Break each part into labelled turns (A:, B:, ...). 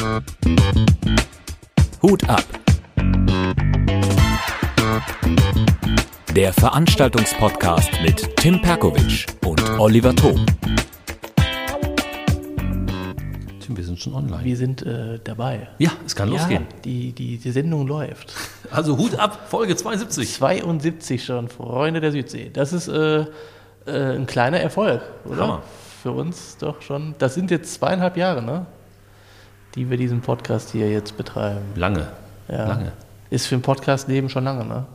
A: Hut ab. Der Veranstaltungspodcast mit Tim Perkovic und Oliver Thom.
B: Tim, wir sind schon online.
C: Wir sind dabei.
B: Ja, es kann losgehen.
C: Die Sendung läuft.
B: Also Hut ab, Folge 72.
C: 72 schon, Freunde der Südsee. Das ist ein kleiner Erfolg, oder?
B: Hammer.
C: Für uns doch schon. Das sind jetzt 2,5 Jahre, ne? Die wir diesen Podcast hier jetzt betreiben.
B: Lange.
C: Ist für ein Podcast-Leben schon lange, ne?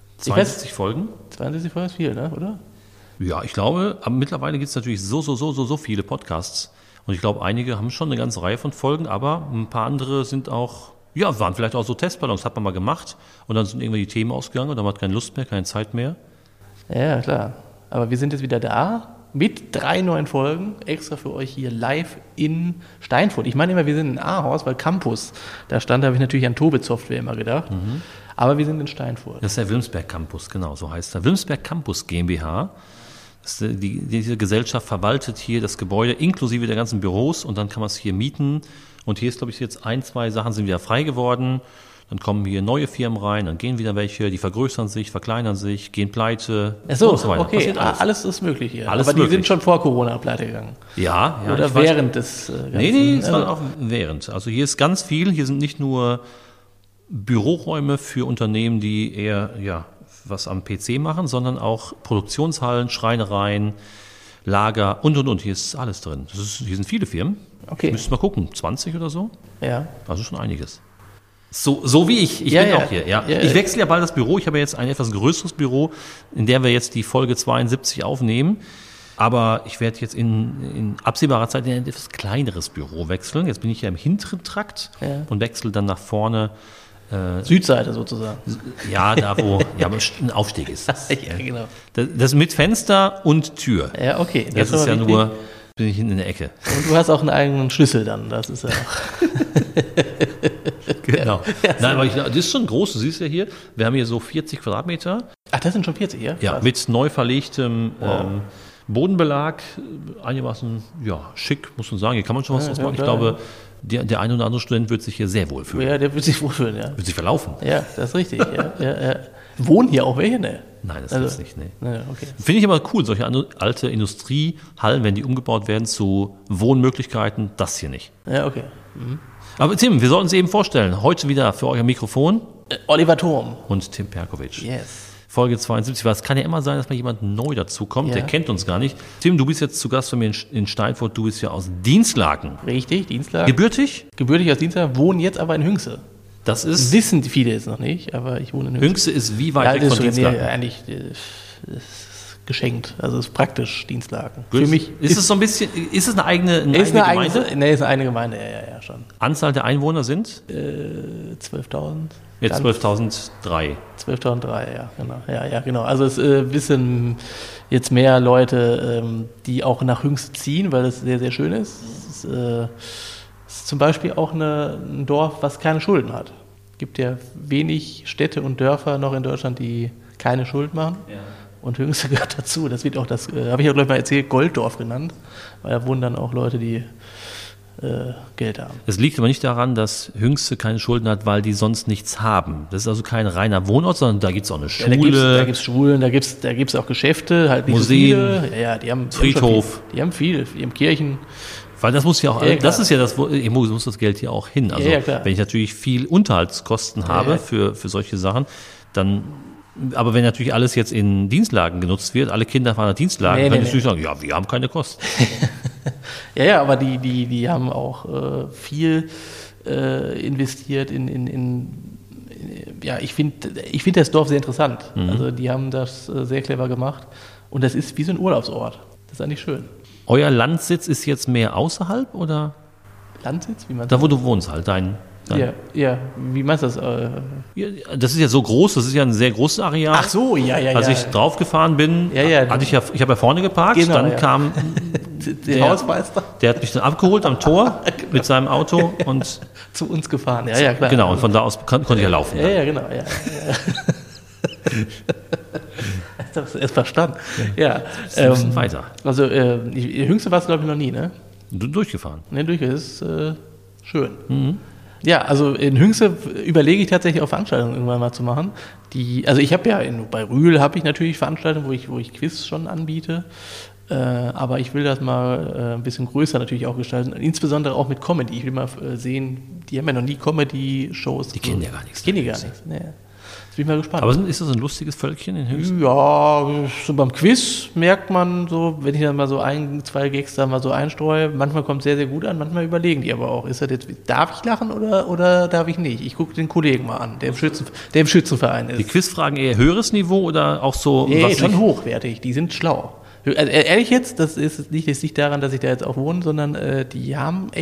B: 72 Folgen?
C: 72 Folgen ist viel, ne? Oder?
B: Ja, ich glaube, aber mittlerweile gibt es natürlich so viele Podcasts. Und ich glaube, einige haben schon eine ganze Reihe von Folgen, aber ein paar andere sind auch, ja, waren vielleicht auch so Testballons, hat man mal gemacht. Und dann sind irgendwie die Themen ausgegangen und dann hat man keine Lust mehr, keine Zeit mehr.
C: Ja, klar. Aber wir sind jetzt wieder da mit 3 neuen Folgen, extra für euch hier live in Steinfurt. Ich meine immer, wir sind in Ahaus, weil Campus, da habe ich natürlich an Tobit Software immer gedacht. Mhm. Aber wir sind in Steinfurt.
B: Das ist der Wilmsberg Campus, genau, so heißt er. Wilmsberg Campus GmbH. Diese Gesellschaft verwaltet hier das Gebäude inklusive der ganzen Büros und dann kann man es hier mieten. Und hier ist, glaube ich, jetzt 2 Sachen sind wieder frei geworden. Dann kommen hier neue Firmen rein, dann gehen wieder welche, die vergrößern sich, verkleinern sich, gehen pleite.
C: Ach so,
B: und so weiter.
C: okay, alles ist möglich hier.
B: Alles
C: aber die
B: möglich.
C: sind schon vor Corona pleite gegangen.
B: Ja.
C: Oder während des Ganzen.
B: Nee, es war auch während. Also hier ist ganz viel, hier sind nicht nur Büroräume für Unternehmen, die eher was am PC machen, sondern auch Produktionshallen, Schreinereien, Lager und. Hier ist alles drin. Hier sind viele Firmen.
C: Okay.
B: Müsst ihr mal gucken, 20 oder so?
C: Ja.
B: Also schon einiges. So wie ich. Ich bin auch hier. Ja. Ich wechsle ja bald das Büro. Ich habe jetzt ein etwas größeres Büro, in dem wir jetzt die Folge 72 aufnehmen. Aber ich werde jetzt in absehbarer Zeit in ein etwas kleineres Büro wechseln. Jetzt bin ich ja im hinteren Trakt und wechsle dann nach vorne.
C: Südseite sozusagen.
B: Ja, da wo aber ein Aufstieg ist.
C: Ja, genau.
B: Das mit Fenster und Tür.
C: Ja, okay.
B: Das ist ja wichtig. Nur, bin ich hinten in der Ecke.
C: Und du hast auch einen eigenen Schlüssel dann. Das ist ja auch.
B: Genau. Nein, aber das ist schon groß. Du siehst ja hier, wir haben hier so 40 Quadratmeter.
C: Ach, das sind schon 40, ja?
B: Ja, mit neu verlegtem Bodenbelag. Einigermaßen, schick, muss man sagen. Hier kann man schon was draus machen. Ich glaube, der ein oder andere Student wird sich hier sehr wohlfühlen.
C: Ja, der wird sich wohlfühlen, ja.
B: Wird sich verlaufen.
C: Ja, das ist richtig. ja. Wohnen hier auch welche? Ne?
B: Nein, das ist nicht. Nee.
C: Ja, okay.
B: Finde ich aber cool, solche alte Industriehallen, wenn die umgebaut werden zu Wohnmöglichkeiten, das hier nicht.
C: Ja, okay. Mhm.
B: Aber Tim, wir sollten uns eben vorstellen, heute wieder für euer Mikrofon
C: Oliver Thom
B: und Tim Perkovic.
C: Yes.
B: Folge 72, weil es kann ja immer sein, dass mal jemand neu dazukommt, der kennt uns gar nicht. Tim, du bist jetzt zu Gast bei mir in Steinfurt, du bist ja aus Dinslaken.
C: Richtig, Dinslaken.
B: Gebürtig?
C: Gebürtig aus Dinslaken, wohne jetzt aber in Hünxe.
B: Das ist...
C: Wissen viele jetzt noch nicht, aber ich wohne in Hünxe.
B: Hünxe ist wie weit weg von Dinslaken?
C: Nee, eigentlich ist geschenkt, also ist praktisch Dinslaken.
B: Gut.
C: Für mich
B: ist es so ein bisschen, ist es eine eigene Gemeinde?
C: Ist eine eigene Gemeinde, ja, schon.
B: Anzahl der Einwohner sind?
C: 12.000.
B: Jetzt 12.003.
C: 12.003, ja, genau. Ja, genau. Also es wissen jetzt mehr Leute, die auch nach Hünxe ziehen, weil es sehr, sehr schön ist. Es ist zum Beispiel auch ein Dorf, was keine Schulden hat. Es gibt ja wenig Städte und Dörfer noch in Deutschland, die keine Schuld machen. Ja. Und Hünxe gehört dazu. Das wird auch das, habe ich ja gleich mal erzählt, Golddorf genannt, weil da wohnen dann auch Leute, die Geld haben.
B: Es liegt aber nicht daran, dass Hünxe keine Schulden hat, weil die sonst nichts haben. Das ist also kein reiner Wohnort, sondern da gibt es auch eine Schule.
C: Da gibt es Schulen, da gibt's auch Geschäfte, halt nicht
B: Museen,
C: so viele. Ja, die haben
B: Friedhof.
C: Die haben viel, die haben Kirchen.
B: Weil das muss ja auch, das ist ja das, wo muss das Geld hier auch hin. Also wenn ich natürlich viel Unterhaltskosten habe für solche Sachen, dann, aber wenn natürlich alles jetzt in Dienstlagen genutzt wird, alle Kinder fahren nach Dienstlagen, kann ich natürlich sagen, ja, wir haben keine Kosten.
C: Ja, aber die haben auch viel investiert ich finde das Dorf sehr interessant. Mhm. Also die haben das sehr clever gemacht und das ist wie so ein Urlaubsort. Das ist eigentlich schön.
B: Euer Landsitz ist jetzt mehr außerhalb oder?
C: Landsitz? Wie meinst
B: du? Da wo du wohnst halt,
C: Ja, wie meinst du das?
B: Das ist ja so groß, das ist ja ein sehr großes Areal.
C: Ach so, ja.
B: Als ich draufgefahren bin, hatte ich habe ja vorne geparkt,
C: genau,
B: dann kam
C: der Hausmeister.
B: Der hat mich dann abgeholt am Tor mit seinem Auto und
C: zu uns gefahren, ja, klar.
B: Genau, und von da aus konnte ich ja laufen.
C: Ja, genau, ja. Das ist verstanden. Ja.
B: Ein bisschen weiter.
C: Also, Hünxe warst du, glaube ich, noch nie, ne?
B: Durchgefahren.
C: Ne, das ist Schön. Ja, also in Hünxe überlege ich tatsächlich auch Veranstaltungen irgendwann mal zu machen. Also ich habe ja, bei Rühl habe ich natürlich Veranstaltungen, wo ich Quiz schon anbiete. Aber ich will das mal ein bisschen größer natürlich auch gestalten. Insbesondere auch mit Comedy. Ich will mal sehen, die haben ja noch nie Comedy-Shows.
B: Die kennen ja gar nichts.
C: Die kennen ja gar nichts. Nee. Jetzt bin ich mal gespannt.
B: Aber ist das ein lustiges Völkchen in Hünxe?
C: Ja, so beim Quiz merkt man so, wenn ich dann mal so 2 Gags da mal so einstreue, manchmal kommt es sehr, sehr gut an, manchmal überlegen die aber auch, ist das jetzt, darf ich lachen oder darf ich nicht? Ich gucke den Kollegen mal an, der im Schützenverein ist.
B: Die Quizfragen eher höheres Niveau oder auch so?
C: Nee, schon hochwertig, die sind schlau. Also ehrlich jetzt, das ist nicht daran, dass ich da jetzt auch wohne, sondern die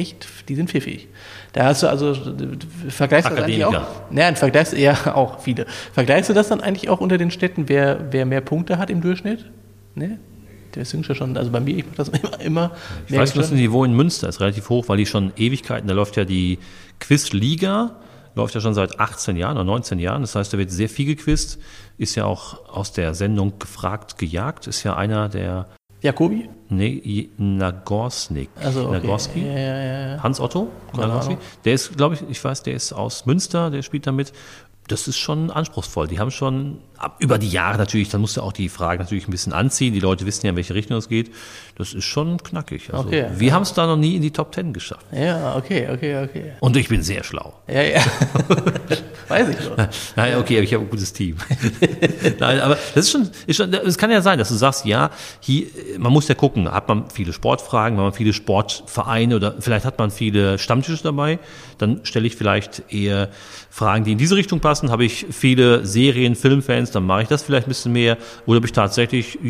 C: sind pfiffig. Da hast du also, vergleichst du das eigentlich auch? Nein, auch viele. Vergleichst du das dann eigentlich auch unter den Städten, wer mehr Punkte hat im Durchschnitt? Ne? Der singt ja schon, also bei mir, ich mache das immer.
B: Ich weiß, das Niveau in Münster ist relativ hoch, weil die schon Ewigkeiten, da läuft ja die Quizliga, läuft ja schon seit 18 Jahren oder 19 Jahren. Das heißt, da wird sehr viel gequizt. Ist ja auch aus der Sendung Gefragt, gejagt. Ist ja einer der...
C: Jacobi?
B: Nee, Nagorsnik.
C: Also okay.
B: Nagorski?
C: Ja.
B: Hans Otto? Nagorski? Der ist, glaube ich, der ist aus Münster, der spielt damit. Das ist schon anspruchsvoll. Die haben schon über die Jahre natürlich, dann musst du auch die Fragen natürlich ein bisschen anziehen. Die Leute wissen ja, in welche Richtung es geht. Das ist schon knackig. Also
C: okay.
B: Wir haben es da noch nie in die Top 10 geschafft.
C: Ja, okay.
B: Und ich bin sehr schlau.
C: Ja. Weiß ich doch.
B: Nein, okay, aber ich habe ein gutes Team. Nein, aber das ist schon, es kann ja sein, dass du sagst, ja, hier, man muss ja gucken, hat man viele Sportfragen, hat man viele Sportvereine oder vielleicht hat man viele Stammtische dabei, dann stelle ich vielleicht eher Fragen, die in diese Richtung passen. Habe ich viele Serien, Filmfans, dann mache ich das vielleicht ein bisschen mehr. Oder habe ich tatsächlich,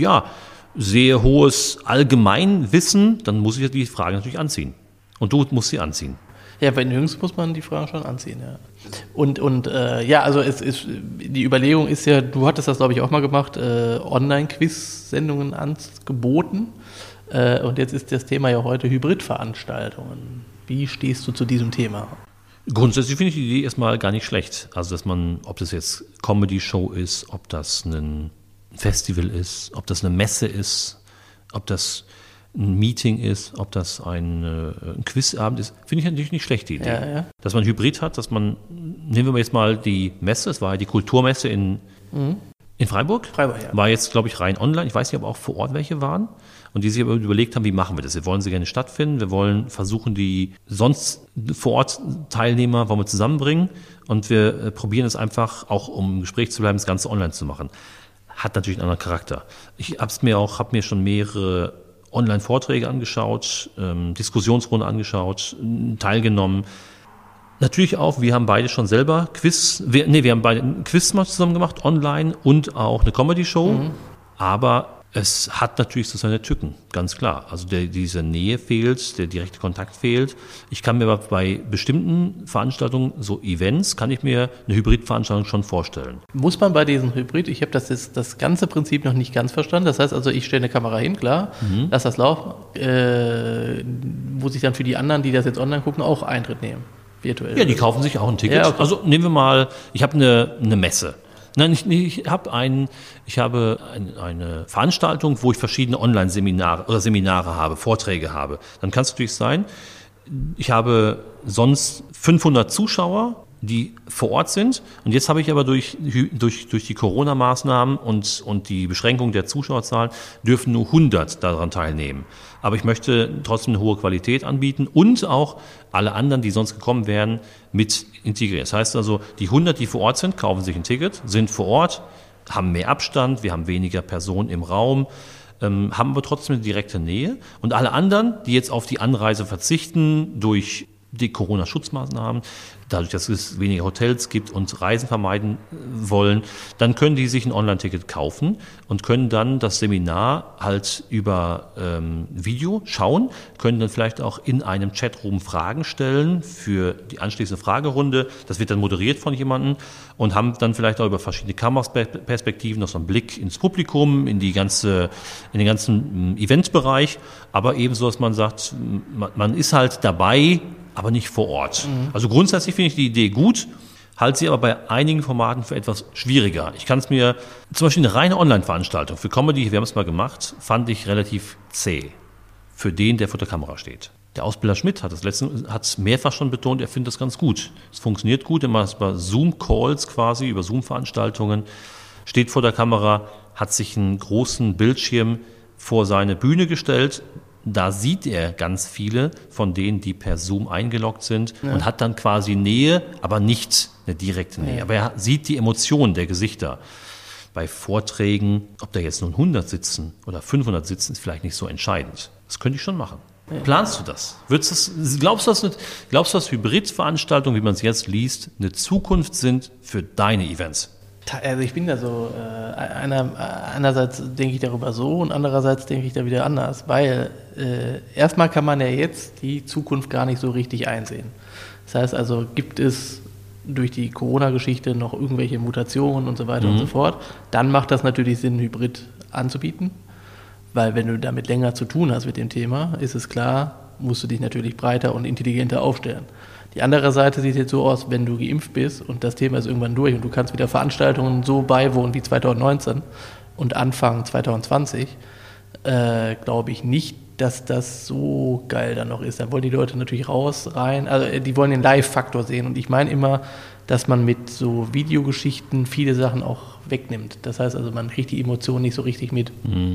B: sehr hohes Allgemeinwissen, dann muss ich die Fragen natürlich anziehen. Und du musst sie anziehen.
C: Ja, bei den Jüngsten muss man die Fragen schon anziehen, ja. Und also die Überlegung ist ja, du hattest das, glaube ich, auch mal gemacht, Online-Quiz-Sendungen angeboten. Und jetzt ist das Thema ja heute Hybridveranstaltungen. Wie stehst du zu diesem Thema?
B: Grundsätzlich finde ich die Idee erstmal gar nicht schlecht. Also, dass man, ob das jetzt Comedy-Show ist, ob das ein Festival ist, ob das eine Messe ist, ob das ein Meeting ist, ob das ein Quizabend ist, finde ich natürlich nicht schlecht, die Idee.
C: Ja.
B: Dass man Hybrid hat, dass man, nehmen wir jetzt mal die Messe, es war ja die Kulturmesse in Freiburg.
C: Ja.
B: War jetzt, glaube ich, rein online. Ich weiß nicht, ob auch vor Ort welche waren. Und die sich aber überlegt haben, wie machen wir das? Wir wollen sie gerne stattfinden. Wir wollen versuchen, die sonst vor Ort Teilnehmer wollen wir zusammenbringen. Und wir probieren es einfach, auch um im Gespräch zu bleiben, das Ganze online zu machen. Hat natürlich einen anderen Charakter. Ich habe mir schon mehrere Online-Vorträge angeschaut, Diskussionsrunden angeschaut, teilgenommen. Natürlich auch, wir haben beide schon selber wir haben beide einen Quiz mal zusammen gemacht, online und auch eine Comedy-Show. Aber es hat natürlich so seine Tücken, ganz klar. Also diese Nähe fehlt, der direkte Kontakt fehlt. Ich kann mir aber bei bestimmten Veranstaltungen, so Events, kann ich mir eine Hybridveranstaltung schon vorstellen.
C: Muss man bei diesen Hybrid, ich habe das ganze Prinzip noch nicht ganz verstanden, das heißt also, ich stelle eine Kamera hin, klar, lass das laufen, muss ich dann für die anderen, die das jetzt online gucken, auch Eintritt nehmen, virtuell?
B: Ja, die kaufen sich auch ein Ticket.
C: Ja, okay.
B: Also nehmen wir mal, ich habe eine Messe. Nein, ich habe eine Veranstaltung, wo ich verschiedene Seminare habe, Vorträge habe. Dann kann es natürlich sein, ich habe sonst 500 Zuschauer, die vor Ort sind. Und jetzt habe ich aber durch die Corona-Maßnahmen und die Beschränkung der Zuschauerzahlen dürfen nur 100 daran teilnehmen. Aber ich möchte trotzdem eine hohe Qualität anbieten und auch alle anderen, die sonst gekommen wären, mit integrieren. Das heißt also, die 100, die vor Ort sind, kaufen sich ein Ticket, sind vor Ort, haben mehr Abstand, wir haben weniger Personen im Raum, haben aber trotzdem eine direkte Nähe. Und alle anderen, die jetzt auf die Anreise verzichten durch die Corona-Schutzmaßnahmen, dadurch, dass es weniger Hotels gibt und Reisen vermeiden wollen, dann können die sich ein Online-Ticket kaufen und können dann das Seminar halt über Video schauen, können dann vielleicht auch in einem Chatroom Fragen stellen für die anschließende Fragerunde. Das wird dann moderiert von jemandem und haben dann vielleicht auch über verschiedene Kamerasperspektiven noch so einen Blick ins Publikum, in den ganzen Eventbereich, aber ebenso, dass man sagt, man ist halt dabei, aber nicht vor Ort. Also grundsätzlich finde ich die Idee gut, halte sie aber bei einigen Formaten für etwas schwieriger. Ich kann es mir, zum Beispiel eine reine Online-Veranstaltung für Comedy, wir haben es mal gemacht, fand ich relativ zäh für den, der vor der Kamera steht. Der Ausbilder Schmidt hat es mehrfach schon betont, er findet das ganz gut. Es funktioniert gut, er macht es über Zoom-Calls quasi, über Zoom-Veranstaltungen, steht vor der Kamera, hat sich einen großen Bildschirm vor seine Bühne gestellt. Da sieht er ganz viele von denen, die per Zoom eingeloggt sind und hat dann quasi Nähe, aber nicht eine direkte Nähe. Aber er sieht die Emotionen der Gesichter. Bei Vorträgen, ob da jetzt nun 100 sitzen oder 500 sitzen, ist vielleicht nicht so entscheidend. Das könnte ich schon machen. Ja. Planst du das? Glaubst du, dass Hybridveranstaltungen, wie man es jetzt liest, eine Zukunft sind für deine Events?
C: Also ich bin da so, einerseits denke ich darüber so und andererseits denke ich da wieder anders, weil erstmal kann man ja jetzt die Zukunft gar nicht so richtig einsehen. Das heißt also, gibt es durch die Corona-Geschichte noch irgendwelche Mutationen und so weiter und so fort, dann macht das natürlich Sinn, Hybrid anzubieten, weil wenn du damit länger zu tun hast mit dem Thema, ist es klar, musst du dich natürlich breiter und intelligenter aufstellen. Die andere Seite sieht jetzt so aus, wenn du geimpft bist und das Thema ist irgendwann durch und du kannst wieder Veranstaltungen so beiwohnen wie 2019 und Anfang 2020, glaube ich nicht, dass das so geil dann noch ist. Da wollen die Leute natürlich rein, also die wollen den Live-Faktor sehen und ich meine immer, dass man mit so Videogeschichten viele Sachen auch wegnimmt. Das heißt also, man kriegt die Emotionen nicht so richtig mit.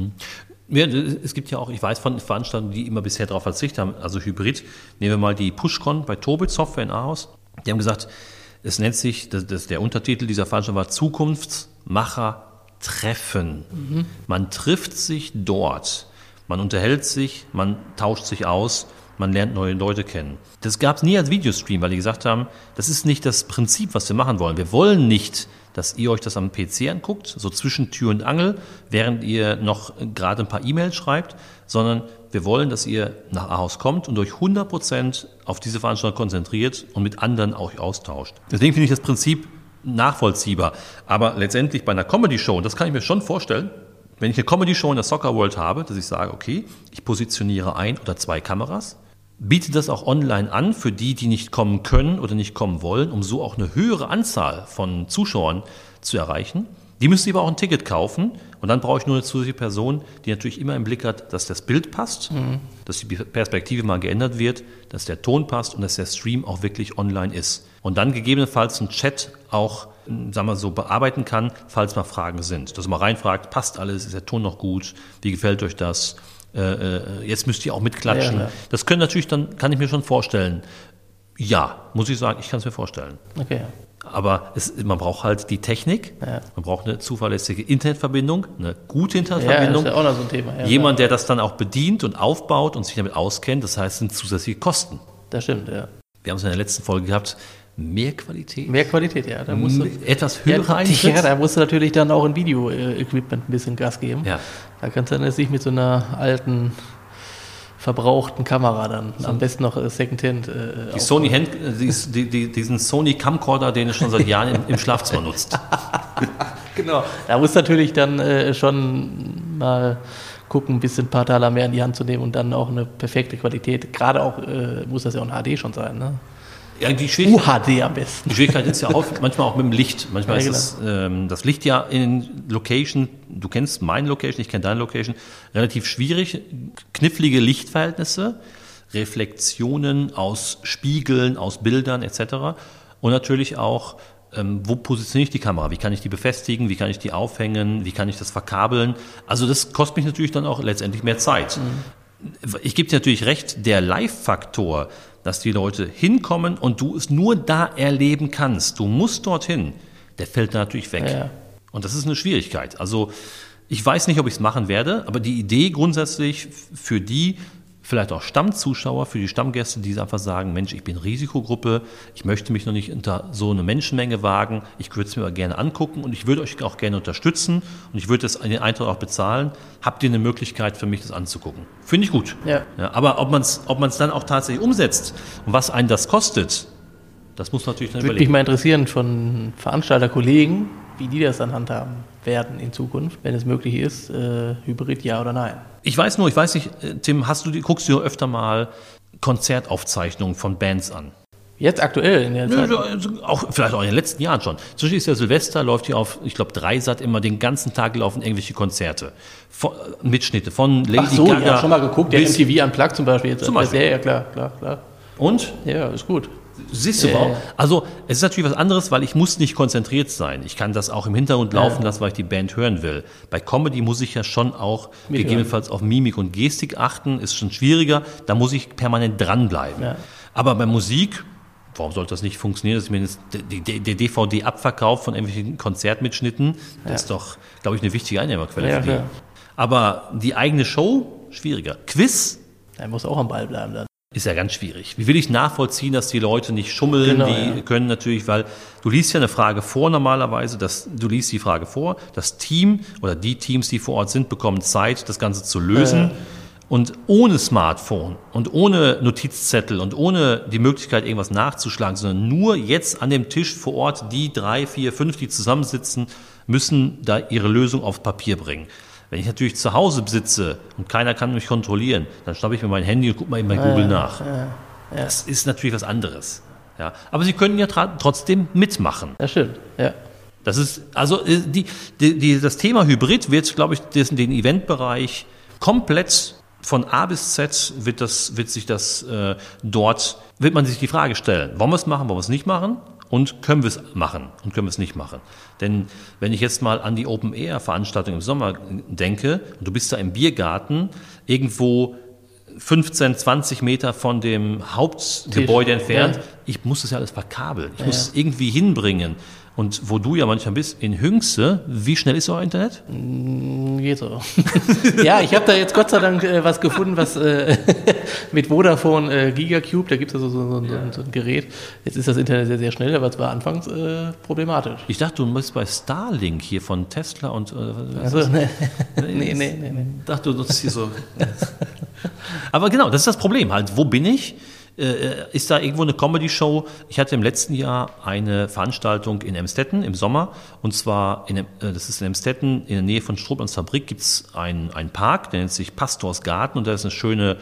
B: Ja, es gibt ja auch, ich weiß von Veranstaltungen, die immer bisher darauf verzichtet haben, also Hybrid. Nehmen wir mal die Pushcon bei Tobit Software in Aarhus. Die haben gesagt, es nennt sich, der Untertitel dieser Veranstaltung war Zukunftsmacher treffen. Man trifft sich dort, man unterhält sich, man tauscht sich aus, man lernt neue Leute kennen. Das gab es nie als Videostream, weil die gesagt haben, das ist nicht das Prinzip, was wir machen wollen. Wir wollen nicht, dass ihr euch das am PC anguckt, so zwischen Tür und Angel, während ihr noch gerade ein paar E-Mails schreibt, sondern wir wollen, dass ihr nach Aarhus kommt und euch 100% auf diese Veranstaltung konzentriert und mit anderen auch austauscht. Deswegen finde ich das Prinzip nachvollziehbar. Aber letztendlich bei einer Comedy-Show, und das kann ich mir schon vorstellen, wenn ich eine Comedy-Show in der Soccer World habe, dass ich sage, okay, ich positioniere 1 oder 2 Kameras, biete das auch online an für die, die nicht kommen können oder nicht kommen wollen, um so auch eine höhere Anzahl von Zuschauern zu erreichen. Die müssen aber auch ein Ticket kaufen und dann brauche ich nur eine zusätzliche Person, die natürlich immer im Blick hat, dass das Bild passt, dass die Perspektive mal geändert wird, dass der Ton passt und dass der Stream auch wirklich online ist. Und dann gegebenenfalls ein Chat auch, sagen wir so, bearbeiten kann, falls mal Fragen sind. Dass man reinfragt, passt alles, ist der Ton noch gut, wie gefällt euch das? Jetzt müsst ihr auch mitklatschen. Ja. Das können natürlich dann, kann ich mir schon vorstellen. Ja, muss ich sagen, ich kann es mir vorstellen.
C: Okay.
B: Aber man braucht halt die Technik, man braucht eine zuverlässige Internetverbindung, eine gute Internetverbindung.
C: Ja, das ist ja auch noch so ein Thema. Ja,
B: jemand, der das dann auch bedient und aufbaut und sich damit auskennt, das heißt, es sind zusätzliche Kosten.
C: Das stimmt, ja.
B: Wir haben es in der letzten Folge gehabt, mehr Qualität.
C: Mehr Qualität, ja. Da musst du,
B: etwas höhere Eintritt.
C: Ja, da musst du natürlich dann auch in Video-Equipment ein bisschen Gas geben.
B: Ja.
C: Da kannst du dann nicht mit so einer alten, verbrauchten Kamera dann, am besten noch Secondhand.
B: Die Sony diesen Sony Camcorder, den du schon seit Jahren im Schlafzimmer nutzt.
C: Genau. Da musst du natürlich dann schon mal gucken, ein paar Taler mehr in die Hand zu nehmen und dann auch eine perfekte Qualität. Gerade auch muss das ja auch ein HD schon sein, ne?
B: Ja,
C: UHD am besten.
B: Die Schwierigkeit ist ja auch manchmal auch mit dem Licht. Manchmal
C: ja,
B: ist das Licht ja in Location, du kennst meine Location, ich kenne deine Location, relativ schwierig. Knifflige Lichtverhältnisse, Reflexionen aus Spiegeln, aus Bildern etc. Und natürlich auch, wo positioniere ich die Kamera? Wie kann ich die befestigen? Wie kann ich die aufhängen? Wie kann ich das verkabeln? Also das kostet mich natürlich dann auch letztendlich mehr Zeit. Ich gebe dir natürlich recht, der Live-Faktor, dass die Leute hinkommen und du es nur da erleben kannst, du musst dorthin, der fällt natürlich weg.
C: Ja.
B: Und das ist eine Schwierigkeit. Also ich weiß nicht, ob ich es machen werde, aber die Idee grundsätzlich für die, vielleicht auch Stammzuschauer, für die Stammgäste, die einfach sagen, Mensch, ich bin Risikogruppe, ich möchte mich noch nicht unter so eine Menschenmenge wagen, ich würde es mir aber gerne angucken und ich würde euch auch gerne unterstützen und ich würde den Eintritt auch bezahlen. Habt ihr eine Möglichkeit für mich, das anzugucken? Finde ich gut.
C: Ja.
B: Ja, aber ob man es dann auch tatsächlich umsetzt und was einen das kostet, das muss natürlich dann
C: überlegen. Würde mich mal interessieren von Veranstalterkollegen, wie die das dann handhaben werden in Zukunft, wenn es möglich ist, Hybrid ja oder nein.
B: Ich weiß nicht, Tim, guckst du öfter mal Konzertaufzeichnungen von Bands an?
C: Jetzt aktuell in der Zeit?
B: Auch, vielleicht auch in den letzten Jahren schon. Zum Beispiel ist ja Silvester, läuft hier auf, ich glaube, Dreisat immer den ganzen Tag laufen irgendwelche Konzerte. Mitschnitte von Lady Gaga.
C: Ja, schon mal geguckt, der MTV Unplugged zum Beispiel. Jetzt
B: zum Beispiel.
C: Ja, klar.
B: Und?
C: Ja, ist gut.
B: Siehst du überhaupt? Also es ist natürlich was anderes, weil ich muss nicht konzentriert sein. Ich kann das auch im Hintergrund laufen lassen, weil ich die Band hören will. Bei Comedy muss ich ja schon auch gegebenenfalls auf Mimik und Gestik achten, ist schon schwieriger. Da muss ich permanent dranbleiben. Ja. Aber bei Musik, warum sollte das nicht funktionieren, dass ich mir jetzt der DVD-Abverkauf von irgendwelchen Konzertmitschnitten, das ist doch, glaube ich, eine wichtige Einnehmerquelle für die. Ja. Aber die eigene Show, schwieriger. Quiz?
C: Er muss auch am Ball bleiben dann.
B: Ist ja ganz schwierig. Wie will ich nachvollziehen, dass die Leute nicht schummeln? Genau, die können natürlich, weil du liest ja eine Frage vor normalerweise, du liest die Frage vor, das Team oder die Teams, die vor Ort sind, bekommen Zeit, das Ganze zu lösen. Und ohne Smartphone und ohne Notizzettel und ohne die Möglichkeit, irgendwas nachzuschlagen, sondern nur jetzt an dem Tisch vor Ort, die 3, 4, 5, die zusammensitzen, müssen da ihre Lösung auf Papier bringen. Wenn ich natürlich zu Hause sitze und keiner kann mich kontrollieren, dann schnappe ich mir mein Handy und gucke mal eben bei Google nach. Das ist natürlich was anderes. Ja. Aber Sie können ja trotzdem mitmachen.
C: Das stimmt, ja.
B: Das ist, also das Thema Hybrid wird, glaube ich, den Eventbereich komplett von A bis Z wird man sich die Frage stellen, wollen wir es machen, wollen wir es nicht machen? Und können wir es machen und können wir es nicht machen? Denn wenn ich jetzt mal an die Open-Air-Veranstaltung im Sommer denke, und du bist da im Biergarten, irgendwo 15, 20 Meter von dem Hauptgebäude entfernt, ich muss das ja alles verkabeln. Ich muss es irgendwie hinbringen. Und wo du ja manchmal bist, in Hünxe, wie schnell ist euer Internet?
C: Geht so. Ja, ich habe da jetzt Gott sei Dank was gefunden, was mit Vodafone Gigacube, da gibt es so ein Gerät. Jetzt ist das Internet sehr, sehr schnell, aber es war anfangs problematisch.
B: Ich dachte, du bist bei Starlink hier von Tesla und...
C: Also, nee.
B: Ich dachte, du nutzt hier so... Aber genau, das ist das Problem halt. Wo bin ich? Ist da irgendwo eine Comedy-Show? Ich hatte im letzten Jahr eine Veranstaltung in Emstetten im Sommer, und zwar, das ist in Emstetten, in der Nähe von Strohmanns Fabrik gibt es einen Park, der nennt sich Pastors Garten, und da ist eine schöne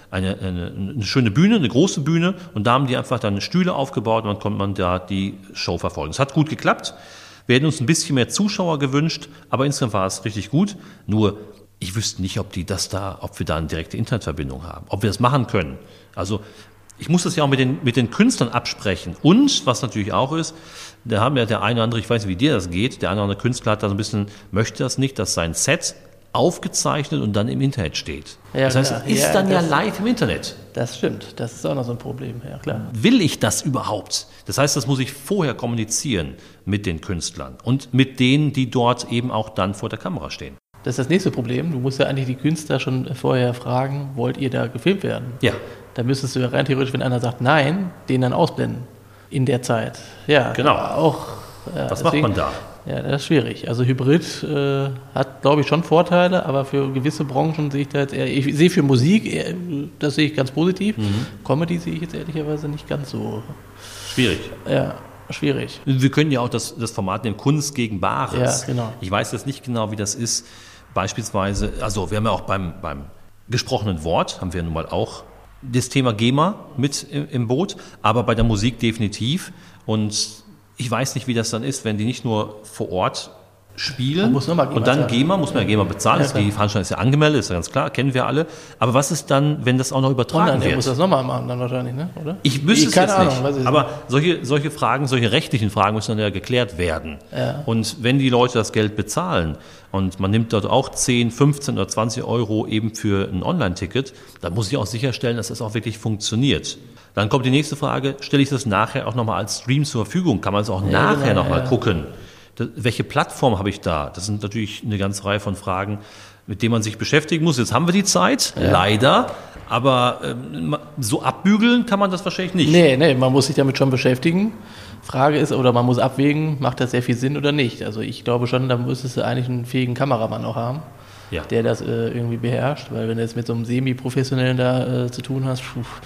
B: Bühne, eine große Bühne, und da haben die einfach dann Stühle aufgebaut und dann konnte man da die Show verfolgen. Es hat gut geklappt. Wir hätten uns ein bisschen mehr Zuschauer gewünscht, aber insgesamt war es richtig gut. Nur, ich wüsste nicht, ob wir da eine direkte Internetverbindung haben, ob wir das machen können. Also, ich muss das ja auch mit den Künstlern absprechen. Und, was natürlich auch ist, da haben ja der eine oder andere, ich weiß nicht, wie dir das geht, der eine oder andere Künstler hat da so ein bisschen, möchte das nicht, dass sein Set aufgezeichnet und dann im Internet steht. Ja, das heißt, es ist dann ja live im Internet.
C: Das stimmt, das ist auch noch so ein Problem, ja klar.
B: Will ich das überhaupt? Das heißt, das muss ich vorher kommunizieren mit den Künstlern und mit denen, die dort eben auch dann vor der Kamera stehen.
C: Das ist das nächste Problem. Du musst ja eigentlich die Künstler schon vorher fragen, wollt ihr da gefilmt werden?
B: Ja.
C: Da müsstest du ja rein theoretisch, wenn einer sagt nein, den dann ausblenden in der Zeit. Ja,
B: genau.
C: Auch,
B: was macht man da?
C: Ja, das ist schwierig. Also Hybrid hat, glaube ich, schon Vorteile, aber für gewisse Branchen sehe ich da jetzt eher, ich sehe für Musik, das sehe ich ganz positiv. Comedy sehe ich jetzt ehrlicherweise nicht ganz so.
B: Schwierig.
C: Ja, schwierig.
B: Wir können ja auch das Format nehmen, Kunst gegen Bares.
C: Ja, genau.
B: Ich weiß jetzt nicht genau, wie das ist. Beispielsweise, also wir haben ja auch beim gesprochenen Wort, haben wir nun mal auch das Thema GEMA mit im Boot, aber bei der Musik definitiv. Und ich weiß nicht, wie das dann ist, wenn die nicht nur vor Ort spielen und dann GEMA, muss man ja GEMA bezahlen. Ja, die Veranstaltung ist ja angemeldet, ist ja ganz klar, kennen wir alle. Aber was ist dann, wenn das auch noch übertragen wird?
C: Der muss das nochmal machen dann wahrscheinlich, ne? Oder?
B: Ich wüsste es jetzt nicht. Aber solche Fragen, solche rechtlichen Fragen müssen dann ja geklärt werden. Ja. Und wenn die Leute das Geld bezahlen und man nimmt dort auch 10, 15 oder 20 Euro eben für ein Online-Ticket, dann muss ich auch sicherstellen, dass das auch wirklich funktioniert. Dann kommt die nächste Frage, stelle ich das nachher auch nochmal als Stream zur Verfügung? Kann man es auch nachher nochmal gucken? Welche Plattform habe ich da? Das sind natürlich eine ganze Reihe von Fragen, mit denen man sich beschäftigen muss. Jetzt haben wir die Zeit, leider, aber so abbügeln kann man das wahrscheinlich nicht.
C: Nee, man muss sich damit schon beschäftigen. Frage ist, oder man muss abwägen, macht das sehr viel Sinn oder nicht? Also ich glaube schon, da müsstest du eigentlich einen fähigen Kameramann auch haben, der das irgendwie beherrscht, weil wenn du jetzt mit so einem Semi-Professionellen da zu tun hast,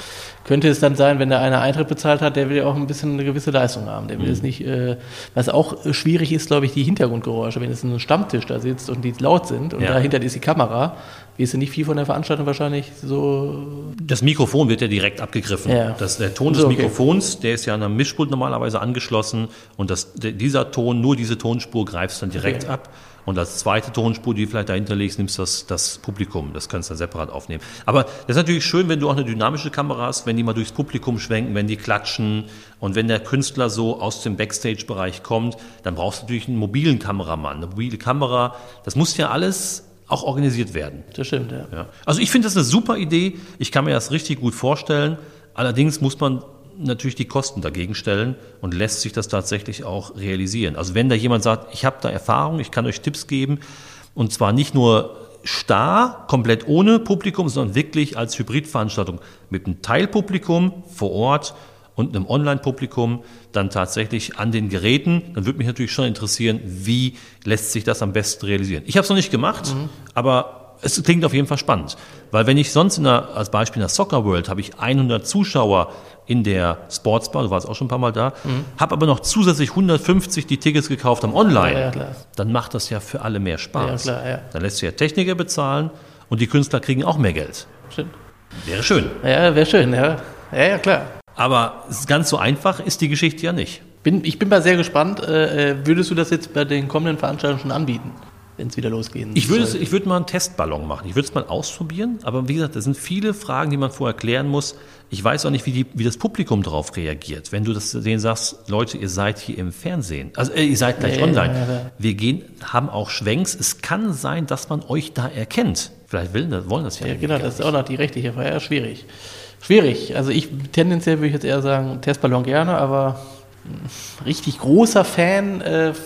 C: könnte es dann sein, wenn da einer Eintritt bezahlt hat, der will ja auch ein bisschen eine gewisse Leistung haben. Der will es nicht, was auch schwierig ist, glaube ich, die Hintergrundgeräusche. Wenn jetzt ein Stammtisch da sitzt und die laut sind und dahinter ist die Kamera, wirst du nicht viel von der Veranstaltung wahrscheinlich so...
B: Das Mikrofon wird ja direkt abgegriffen. Ja. Der Ton des Mikrofons, der ist ja an einem Mischpult normalerweise angeschlossen und dieser Ton, nur diese Tonspur greifst dann direkt ab. Und als zweite Tonspur, die vielleicht dahinter liegt, nimmst du das Publikum. Das kannst du dann separat aufnehmen. Aber das ist natürlich schön, wenn du auch eine dynamische Kamera hast, wenn die mal durchs Publikum schwenken, wenn die klatschen und wenn der Künstler so aus dem Backstage-Bereich kommt, dann brauchst du natürlich einen mobilen Kameramann. Eine mobile Kamera, das muss ja alles auch organisiert werden.
C: Das stimmt, ja.
B: Also ich finde das eine super Idee. Ich kann mir das richtig gut vorstellen. Allerdings muss man natürlich die Kosten dagegen stellen und lässt sich das tatsächlich auch realisieren. Also wenn da jemand sagt, ich habe da Erfahrung, ich kann euch Tipps geben und zwar nicht nur starr, komplett ohne Publikum, sondern wirklich als Hybridveranstaltung mit einem Teilpublikum vor Ort und einem Online-Publikum dann tatsächlich an den Geräten, dann würde mich natürlich schon interessieren, wie lässt sich das am besten realisieren. Ich habe es noch nicht gemacht, aber es klingt auf jeden Fall spannend, weil wenn ich sonst als Beispiel in der Soccer World habe ich 100 Zuschauer in der Sportsbar, du warst auch schon ein paar Mal da, habe aber noch zusätzlich 150 die Tickets gekauft am Online, dann macht das ja für alle mehr Spaß.
C: Ja, klar, ja.
B: Dann lässt sich ja Techniker bezahlen und die Künstler kriegen auch mehr Geld.
C: Stimmt.
B: Wäre schön.
C: Ja, wäre schön, ja. Ja, klar.
B: Aber ganz so einfach ist die Geschichte ja nicht.
C: Ich bin mal sehr gespannt. Würdest du das jetzt bei den kommenden Veranstaltungen schon anbieten, wenn es wieder losgehen soll?
B: Ich würde mal einen Testballon machen. Ich würde es mal ausprobieren. Aber wie gesagt, das sind viele Fragen, die man vorher klären muss. Ich weiß auch nicht, wie das Publikum darauf reagiert. Wenn du denen sagst, Leute, ihr seid hier im Fernsehen. Also ihr seid gleich online. Ja. Wir haben auch Schwenks. Es kann sein, dass man euch da erkennt. Vielleicht wollen das ja.
C: Ja, genau, das ist auch noch die rechtliche Frage. Ja, schwierig. Schwierig. Also tendenziell würde ich jetzt eher sagen, Testballon gerne, aber richtig großer Fan,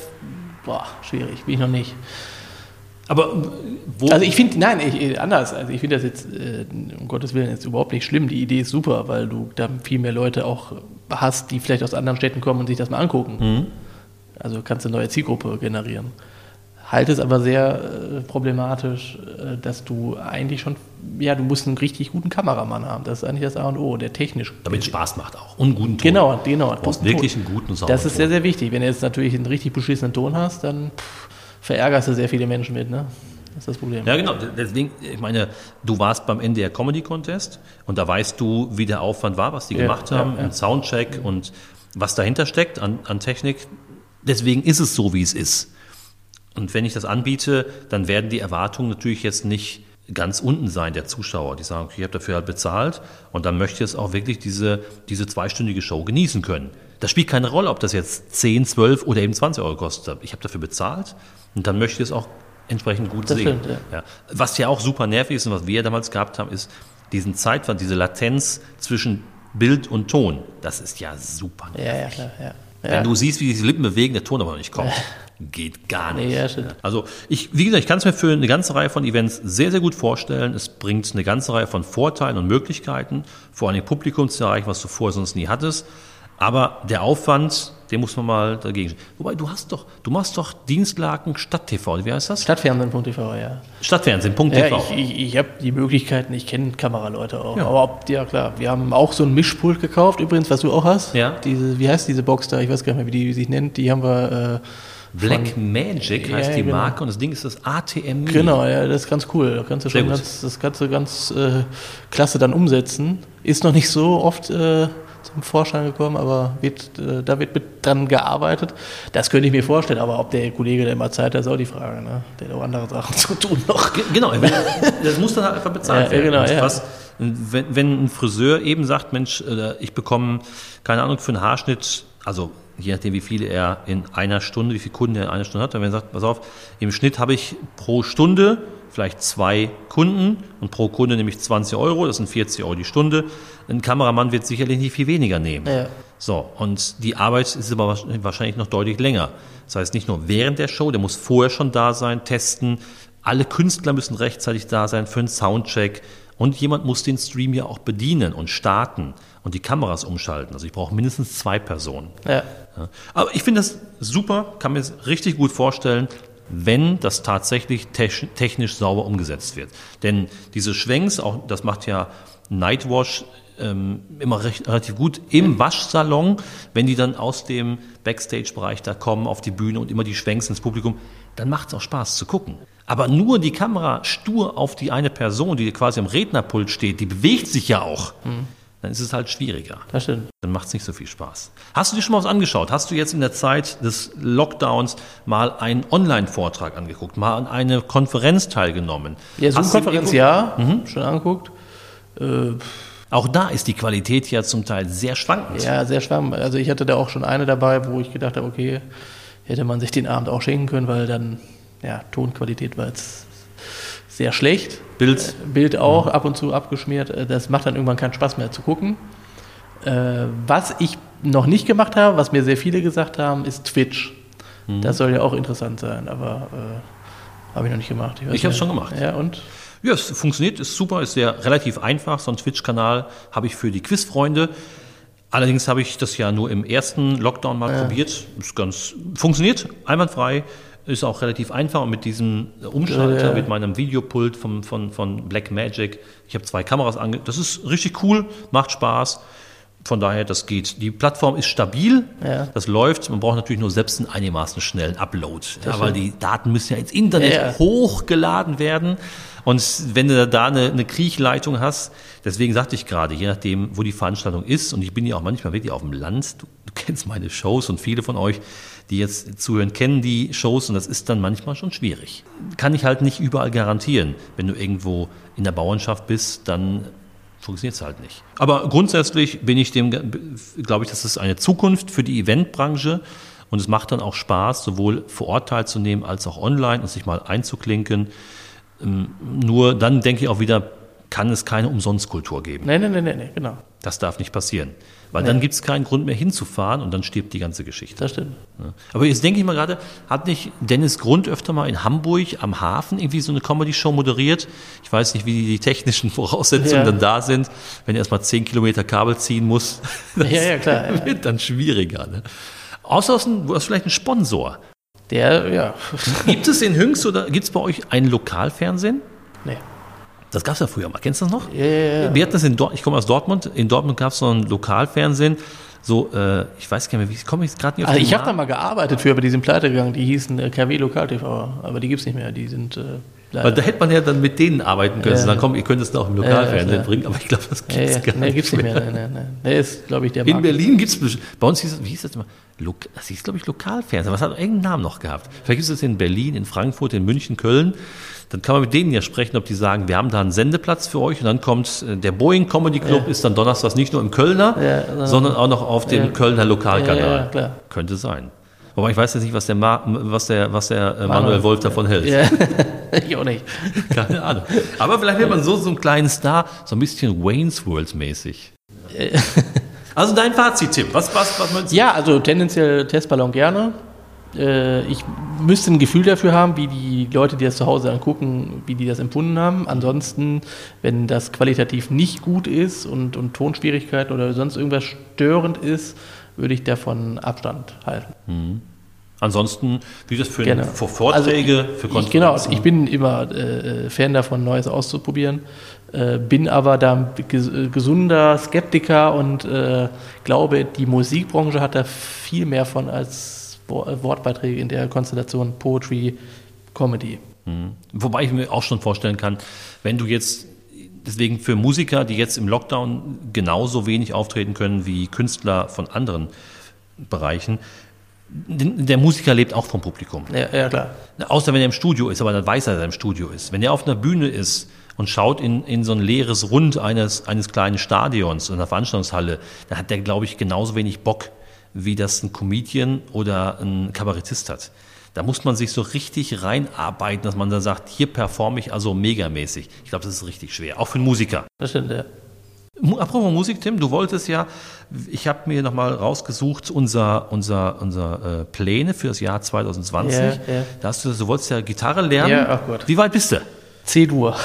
C: schwierig, bin ich noch nicht.
B: Aber
C: also ich finde, anders. Also ich finde das jetzt, um Gottes Willen, jetzt überhaupt nicht schlimm. Die Idee ist super, weil du da viel mehr Leute auch hast, die vielleicht aus anderen Städten kommen und sich das mal angucken. Also kannst du eine neue Zielgruppe generieren. Halte es aber sehr problematisch, dass du eigentlich schon, du musst einen richtig guten Kameramann haben. Das ist eigentlich das A und O, der technisch.
B: Damit es Spaß macht auch. Und einen guten Ton.
C: Genau.
B: Du brauchst wirklich einen guten Sound.
C: Das ist sehr, sehr wichtig. Wenn du jetzt natürlich einen richtig beschissenen Ton hast, dann verärgerst du sehr viele Menschen mit, ne? Das ist das Problem.
B: Ja, genau. Deswegen, ich meine, du warst beim NDR Comedy Contest und da weißt du, wie der Aufwand war, was die gemacht haben, ein Soundcheck und was dahinter steckt an Technik. Deswegen ist es so, wie es ist. Und wenn ich das anbiete, dann werden die Erwartungen natürlich jetzt nicht ganz unten sein, der Zuschauer. Die sagen, okay, ich habe dafür halt bezahlt und dann möchte ich jetzt auch wirklich diese zweistündige Show genießen können. Das spielt keine Rolle, ob das jetzt 10, 12 oder eben 20 Euro kostet. Ich habe dafür bezahlt und dann möchte ich es auch entsprechend gut sehen.
C: Stimmt, ja.
B: Was ja auch super nervig ist und was wir damals gehabt haben, ist diesen Zeitwand, diese Latenz zwischen Bild und Ton. Das ist ja super nervig.
C: Ja, klar, ja.
B: Wenn du siehst, wie die Lippen bewegen, der Ton aber noch nicht kommt. Geht gar nicht.
C: Ja, stimmt.
B: Also wie gesagt, ich kann es mir für eine ganze Reihe von Events sehr, sehr gut vorstellen. Es bringt eine ganze Reihe von Vorteilen und Möglichkeiten, vor allem Publikum zu erreichen, was du vorher sonst nie hattest. Aber der Aufwand, den muss man mal dagegen stellen. Wobei, du machst doch Dienstlaken Stadt-TV, wie heißt das?
C: Stadtfernsehen.tv, ja.
B: Stadtfernsehen.tv.
C: Ja, ich habe die Möglichkeiten, ich kenne Kameraleute auch. Ja. Aber klar, wir haben auch so ein Mischpult gekauft, übrigens, was du auch hast.
B: Ja.
C: Wie heißt diese Box da? Ich weiß gar nicht mehr, wie die sich nennt. Die haben wir...
B: Blackmagic heißt die Marke und das Ding ist das ATM Mini.
C: Genau, ja, das ist ganz cool. Da kannst du schon das Ganze ganz klasse dann umsetzen. Ist noch nicht so oft zum Vorschein gekommen, aber da wird mit dran gearbeitet. Das könnte ich mir vorstellen, aber ob der Kollege da immer Zeit hat, ist auch die Frage. Ne? Der hat auch andere Sachen zu tun noch.
B: Genau, das muss dann halt einfach bezahlt werden.
C: Genau, ja.
B: Wenn ein Friseur eben sagt, Mensch, ich bekomme, keine Ahnung, für einen Haarschnitt, also je nachdem, wie viele er in einer Stunde, wie viele Kunden er in einer Stunde hat, wenn er sagt, pass auf, im Schnitt habe ich pro Stunde vielleicht 2 Kunden und pro Kunde nehme ich 20 Euro, das sind 40 Euro die Stunde. Ein Kameramann wird sicherlich nicht viel weniger nehmen.
C: Ja.
B: So, und die Arbeit ist aber wahrscheinlich noch deutlich länger. Das heißt, nicht nur während der Show, der muss vorher schon da sein, testen. Alle Künstler müssen rechtzeitig da sein für einen Soundcheck. Und jemand muss den Stream ja auch bedienen und starten und die Kameras umschalten. Also ich brauche mindestens 2 Personen.
C: Ja.
B: Aber ich finde das super, kann mir das richtig gut vorstellen, wenn das tatsächlich technisch sauber umgesetzt wird. Denn diese Schwenks, auch das macht ja Nightwash immer relativ gut im Waschsalon, wenn die dann aus dem Backstage-Bereich da kommen auf die Bühne und immer die Schwenks ins Publikum, dann macht es auch Spaß zu gucken. Aber nur die Kamera stur auf die eine Person, die quasi am Rednerpult steht, die bewegt sich ja auch, dann ist es halt schwieriger.
C: Das stimmt.
B: Dann macht es nicht so viel Spaß. Hast du dir schon mal was angeschaut? Hast du jetzt in der Zeit des Lockdowns mal einen Online-Vortrag angeguckt, mal an eine Konferenz teilgenommen?
C: Ja, so eine Konferenz, ja, schon angeguckt.
B: Auch da ist die Qualität ja zum Teil sehr schwankend.
C: Ja, sehr schwammig. Also ich hatte da auch schon eine dabei, wo ich gedacht habe, okay, hätte man sich den Abend auch schenken können, weil dann, ja, Tonqualität war jetzt sehr schlecht. Bild auch ab und zu abgeschmiert. Das macht dann irgendwann keinen Spaß mehr zu gucken. Was ich noch nicht gemacht habe, was mir sehr viele gesagt haben, ist Twitch. Das soll ja auch interessant sein, aber habe ich noch nicht gemacht.
B: Ich habe es schon gemacht.
C: Ja, und?
B: Ja, es funktioniert, ist super, ist sehr relativ einfach. So einen Twitch-Kanal habe ich für die Quizfreunde. Allerdings habe ich das ja nur im ersten Lockdown mal probiert. Ist funktioniert einwandfrei, ist auch relativ einfach. Und mit diesem Umschalter, mit meinem Videopult von Blackmagic, ich habe 2 Kameras das ist richtig cool, macht Spaß. Von daher, das geht. Die Plattform ist stabil, das läuft. Man braucht natürlich nur selbst einen einigermaßen schnellen Upload, weil die Daten müssen ja ins Internet hochgeladen werden. Und wenn du da eine Kriechleitung hast, deswegen sagte ich gerade, je nachdem, wo die Veranstaltung ist, und ich bin ja auch manchmal wirklich auf dem Land, du kennst meine Shows und viele von euch, die jetzt zuhören, kennen die Shows und das ist dann manchmal schon schwierig. Kann ich halt nicht überall garantieren. Wenn du irgendwo in der Bauernschaft bist, dann funktioniert es halt nicht. Aber grundsätzlich glaube ich, das ist eine Zukunft für die Eventbranche und es macht dann auch Spaß, sowohl vor Ort teilzunehmen als auch online und sich mal einzuklinken. Nur dann denke ich auch wieder, kann es keine Umsonstkultur geben.
C: Nee, genau.
B: Das darf nicht passieren. Weil dann gibt es keinen Grund mehr hinzufahren und dann stirbt die ganze Geschichte.
C: Das stimmt.
B: Ja. Aber jetzt denke ich mal gerade, hat nicht Dennis Grund öfter mal in Hamburg am Hafen irgendwie so eine Comedy-Show moderiert? Ich weiß nicht, wie die technischen Voraussetzungen dann da sind, wenn er erstmal 10 Kilometer Kabel ziehen muss. Das
C: klar.
B: wird dann schwieriger. Ne? Außerdem, du hast vielleicht einen Sponsor. Gibt es in Hünx oder gibt es bei euch ein Lokalfernsehen?
C: Nee.
B: Das gab es ja früher mal. Kennst du das noch?
C: Ja.
B: Wir hatten das ich komme aus Dortmund. In Dortmund gab es so ein Lokalfernsehen. So, ich weiß gar nicht mehr, wie komme ich jetzt gerade nicht auf den
C: Ich habe
B: Namen?
C: da mal gearbeitet für, aber die sind pleite gegangen. Die hießen KW Lokal TV, aber die gibt es nicht mehr. Die sind
B: Weil da hätte man ja dann mit denen arbeiten können. Dann komm, ihr könnt es da auch im Lokalfernsehen bringen, aber ich glaube, das gibt es gar nicht.
C: Nee, gibt es nicht mehr. Nee, ist, glaube ich, der
B: In
C: Markt.
B: Berlin gibt es, bei uns hieß das immer, das hieß, glaube ich, Lokalfernsehen, aber es hat irgendeinen Namen noch gehabt. Vielleicht gibt es das in Berlin, in Frankfurt, in München, Köln. Dann kann man mit denen ja sprechen, ob die sagen, wir haben da einen Sendeplatz für euch und dann kommt der Boeing Comedy Club, ist dann donnerstags nicht nur im Kölner, sondern auch noch auf dem Kölner Lokalkanal.
C: Ja, klar.
B: Könnte sein. Wobei ich weiß jetzt nicht, was der Manuel Wolf davon hält.
C: Ja. Ich auch nicht.
B: Keine Ahnung. Aber vielleicht wird man so einen kleinen Star, so ein bisschen Wayne's World mäßig. Also dein Fazit, Tim. Was meinst du?
C: Ja, also tendenziell Testballon gerne. Ich müsste ein Gefühl dafür haben, wie die Leute, die das zu Hause angucken, wie die das empfunden haben. Ansonsten, wenn das qualitativ nicht gut ist und Tonschwierigkeiten oder sonst irgendwas störend ist, würde ich davon Abstand halten.
B: Ansonsten, wie das für Vorträge, für Konferenzen?
C: Genau, ich bin immer Fan davon, Neues auszuprobieren, bin aber da gesunder Skeptiker und glaube, die Musikbranche hat da viel mehr von als Wortbeiträge in der Konstellation Poetry, Comedy.
B: Wobei ich mir auch schon vorstellen kann, wenn du jetzt, deswegen für Musiker, die jetzt im Lockdown genauso wenig auftreten können wie Künstler von anderen Bereichen, der Musiker lebt auch vom Publikum.
C: Ja, klar.
B: Außer wenn er im Studio ist, aber dann weiß er, dass er im Studio ist. Wenn er auf einer Bühne ist und schaut in so ein leeres Rund eines kleinen Stadions, in einer Veranstaltungshalle, dann hat der, glaube ich, genauso wenig Bock, wie das ein Comedian oder ein Kabarettist hat. Da muss man sich so richtig reinarbeiten, dass man dann sagt, hier performe ich also megamäßig. Ich glaube, das ist richtig schwer, auch für einen Musiker.
C: Das stimmt, ja.
B: Apropos Musik, Tim, du wolltest ja, ich habe mir nochmal rausgesucht, unser Pläne für das Jahr 2020.
C: Ja.
B: Da hast du wolltest ja Gitarre lernen.
C: Ja, ach Gott.
B: Wie weit bist du?
C: C-Dur.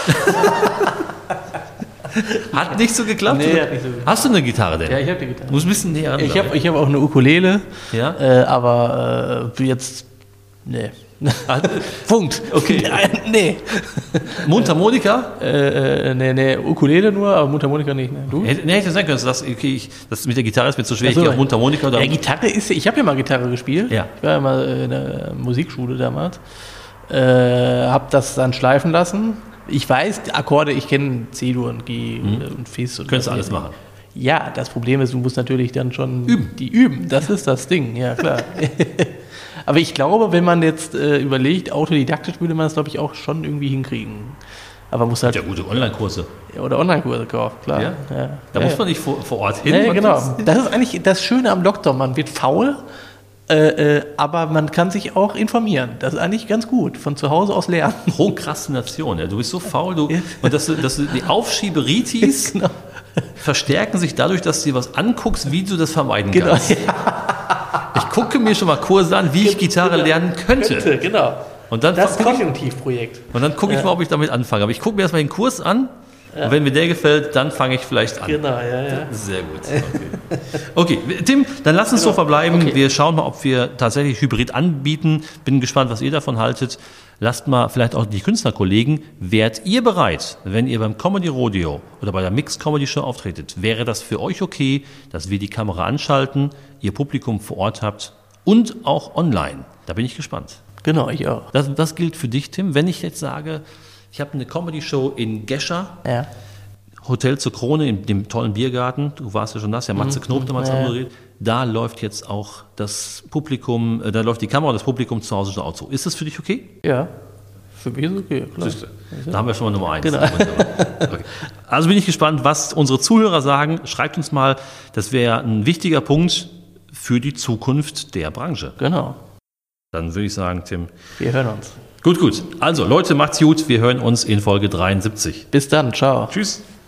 B: Hat nicht so geklappt?
C: Nee, hat nicht so geklappt.
B: Hast du eine Gitarre denn?
C: Ja, ich habe die Gitarre.
B: Muss ein bisschen näher ran.
C: Ich hab auch eine Ukulele,
B: Ja?
C: aber jetzt, nee. Punkt.
B: Okay.
C: Nee.
B: Mundharmonika?
C: Nee, Ukulele nur, aber Mundharmonika nicht. Ne? Du?
B: Hätte sein können, das mit der Gitarre ist mir zu schwer,
C: Ach so,
B: ich gehe auf Mundharmonika. Oder
C: ja, Gitarre ich habe ja mal Gitarre gespielt.
B: Ja.
C: Ich war ja mal in der Musikschule damals. Habe das dann schleifen lassen. Ich weiß, die Akkorde, ich kenne C-Dur und G und Fis.
B: Könntest du alles machen.
C: Ja, das Problem ist, du musst natürlich dann schon üben. Das ist das Ding, ja klar. Aber ich glaube, wenn man jetzt überlegt, autodidaktisch würde man das, glaube ich, auch schon irgendwie hinkriegen. Aber man muss halt...
B: Ja, gute Online-Kurse.
C: Oder Online-Kurse kaufen, klar.
B: Ja?
C: Ja.
B: Da muss man nicht vor Ort hin.
C: Ja, genau. Das ist eigentlich das Schöne am Lockdown. Man wird faul, aber man kann sich auch informieren. Das ist eigentlich ganz gut. Von zu Hause aus lernen.
B: Prokrastination. Ja. Du bist so faul. Und dass du die Aufschieberitis
C: Genau.
B: verstärken sich dadurch, dass du dir was anguckst, wie du das vermeiden
C: Genau.
B: kannst. Ich gucke mir schon mal Kurse an, wie ich Gitarre lernen könnte.
C: Genau.
B: Und dann
C: Das Konjunktivprojekt.
B: Und dann gucke ich mal, ob ich damit anfange. Aber ich gucke mir erstmal den Kurs an und wenn mir der gefällt, dann fange ich vielleicht an.
C: Genau, ja.
B: Sehr gut. Okay, Tim, dann lass uns so verbleiben.
C: Okay.
B: Wir schauen mal, ob wir tatsächlich Hybrid anbieten. Bin gespannt, was ihr davon haltet. Lasst mal vielleicht auch die Künstlerkollegen, wärt ihr bereit, wenn ihr beim Comedy Rodeo oder bei der Mixed Comedy Show auftretet, wäre das für euch okay, dass wir die Kamera anschalten, ihr Publikum vor Ort habt und auch online? Da bin ich gespannt.
C: Genau, ich auch.
B: Das gilt für dich, Tim. Wenn ich jetzt sage, ich habe eine Comedy-Show in Gescher,
C: Ja.
B: Hotel zur Krone, in dem tollen Biergarten, du warst ja schon das, ja Matze Knob damals moderiert, da läuft jetzt auch das Publikum, da läuft die Kamera und das Publikum zu Hause auch so. Ist das für dich okay?
C: Ja. Für mich ist okay, klar.
B: Da haben wir schon mal Nummer 1.
C: Genau.
B: Okay. Also bin ich gespannt, was unsere Zuhörer sagen. Schreibt uns mal, das wäre ein wichtiger Punkt für die Zukunft der Branche.
C: Genau.
B: Dann würde ich sagen, Tim.
C: Wir hören uns.
B: Gut. Also Leute, macht's gut. Wir hören uns in Folge 73.
C: Bis dann. Ciao.
B: Tschüss.